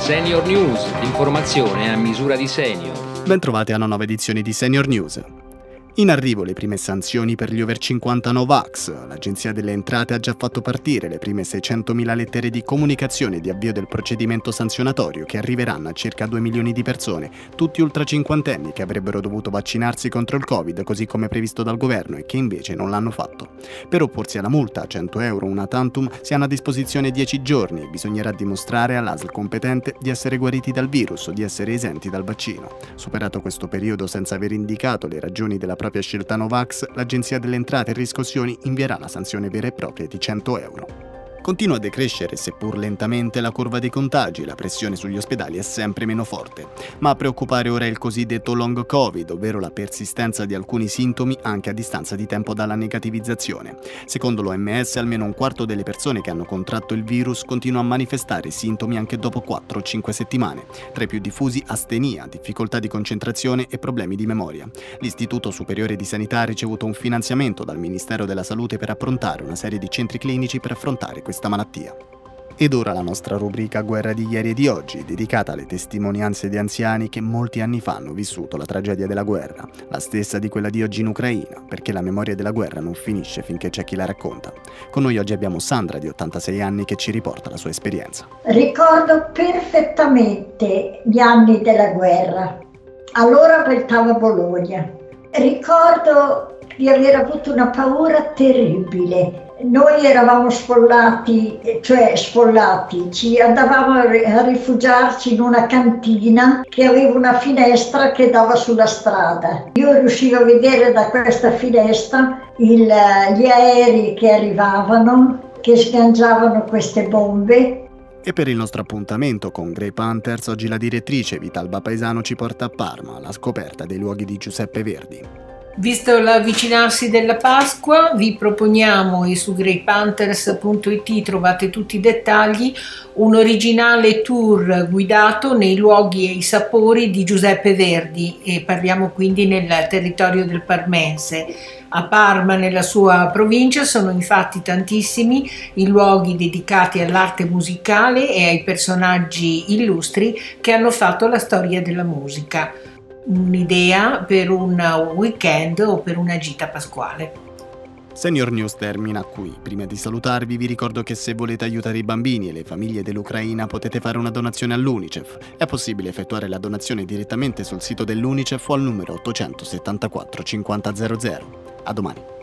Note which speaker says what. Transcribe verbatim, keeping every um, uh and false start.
Speaker 1: Senior News, l'informazione a misura di senior.
Speaker 2: Bentrovati alla nuova edizione di Senior News. In arrivo le prime sanzioni per gli over cinquanta Novax. L'Agenzia delle Entrate ha già fatto partire le prime seicentomila lettere di comunicazione di avvio del procedimento sanzionatorio che arriveranno a circa due milioni di persone, tutti ultracinquantenni che avrebbero dovuto vaccinarsi contro il Covid così come previsto dal governo e che invece non l'hanno fatto. Per opporsi alla multa a cento euro una tantum si hanno a disposizione dieci giorni e bisognerà dimostrare all'A S L competente di essere guariti dal virus o di essere esenti dal vaccino. Superato questo periodo senza aver indicato le ragioni della propria scelta Novax, l'Agenzia delle Entrate e Riscossioni invierà la sanzione vera e propria di cento euro. Continua a decrescere, seppur lentamente, la curva dei contagi e la pressione sugli ospedali è sempre meno forte. Ma a preoccupare ora è il cosiddetto long Covid, ovvero la persistenza di alcuni sintomi anche a distanza di tempo dalla negativizzazione. Secondo l'O M S, almeno un quarto delle persone che hanno contratto il virus continua a manifestare sintomi anche dopo quattro o cinque settimane. Tra i più diffusi astenia, difficoltà di concentrazione e problemi di memoria. L'Istituto Superiore di Sanità ha ricevuto un finanziamento dal Ministero della Salute per approntare una serie di centri clinici per affrontare questa questa malattia. Ed ora la nostra rubrica Guerra di ieri e di oggi, dedicata alle testimonianze di anziani che molti anni fa hanno vissuto la tragedia della guerra, la stessa di quella di oggi in Ucraina, perché la memoria della guerra non finisce finché c'è chi la racconta. Con noi oggi abbiamo Sandra di ottantasei anni che ci riporta la sua esperienza.
Speaker 3: Ricordo perfettamente gli anni della guerra. Allora abitavo a Bologna. Ricordo di aver avuto una paura terribile. Noi eravamo sfollati, cioè sfollati, ci andavamo a rifugiarci in una cantina che aveva una finestra che dava sulla strada. Io riuscivo a vedere da questa finestra il, gli aerei che arrivavano, che sganciavano queste bombe.
Speaker 2: E per il nostro appuntamento con Grey Panthers, oggi la direttrice Vitalba Paesano ci porta a Parma, alla scoperta dei luoghi di Giuseppe Verdi.
Speaker 4: Visto l'avvicinarsi della Pasqua, vi proponiamo, e su grey panthers punto it trovate tutti i dettagli, un originale tour guidato nei luoghi e i sapori di Giuseppe Verdi, e parliamo quindi nel territorio del parmense. A Parma, nella sua provincia, sono infatti tantissimi i luoghi dedicati all'arte musicale e ai personaggi illustri che hanno fatto la storia della musica. Un'idea per un weekend o per una gita pasquale.
Speaker 2: Senior News termina qui. Prima di salutarvi vi ricordo che se volete aiutare i bambini e le famiglie dell'Ucraina potete fare una donazione all'Unicef. È possibile effettuare la donazione direttamente sul sito dell'Unicef o al numero ottocentosettantaquattro cinquanta zero zero. A domani.